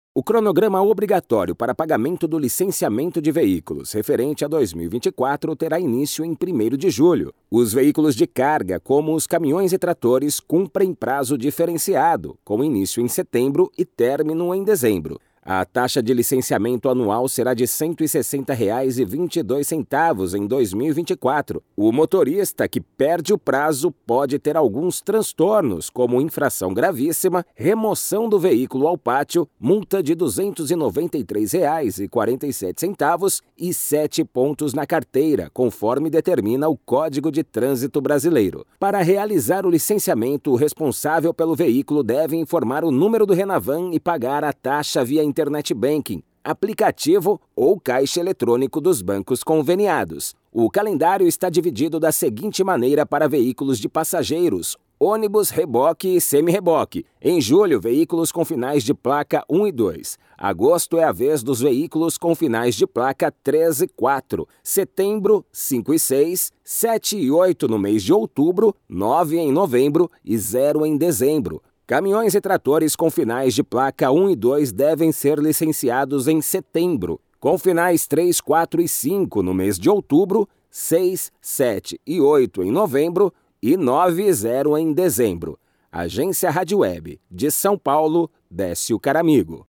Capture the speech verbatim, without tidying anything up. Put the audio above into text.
O cronograma obrigatório para pagamento do licenciamento de veículos referente a dois mil e vinte e quatro terá início em primeiro de julho. Os veículos de carga, como os caminhões e tratores, cumprem prazo diferenciado, com início em setembro e término em dezembro. A taxa de licenciamento anual será de cento e sessenta reais e vinte e dois centavos em dois mil e vinte e quatro. O motorista que perde o prazo pode ter alguns transtornos, como infração gravíssima, remoção do veículo ao pátio, multa de duzentos e noventa e três reais e quarenta e sete centavos e sete pontos na carteira, conforme determina o Código de Trânsito Brasileiro. Para realizar o licenciamento, o responsável pelo veículo deve informar o número do Renavan e pagar a taxa via Internet Banking, aplicativo ou caixa eletrônico dos bancos conveniados. O calendário está dividido da seguinte maneira para veículos de passageiros, ônibus, reboque e semi-reboque. Em julho, veículos com finais de placa um e dois. Agosto é a vez dos veículos com finais de placa três e quatro. Setembro, cinco e seis. sete e oito no mês de outubro. nove em novembro e zero em dezembro. Caminhões e tratores com finais de placa um e dois devem ser licenciados em setembro, com finais três, quatro e cinco no mês de outubro, seis, sete e oito em novembro e nove e zero em dezembro. Agência Rádio Web de São Paulo, Décio Caramigo.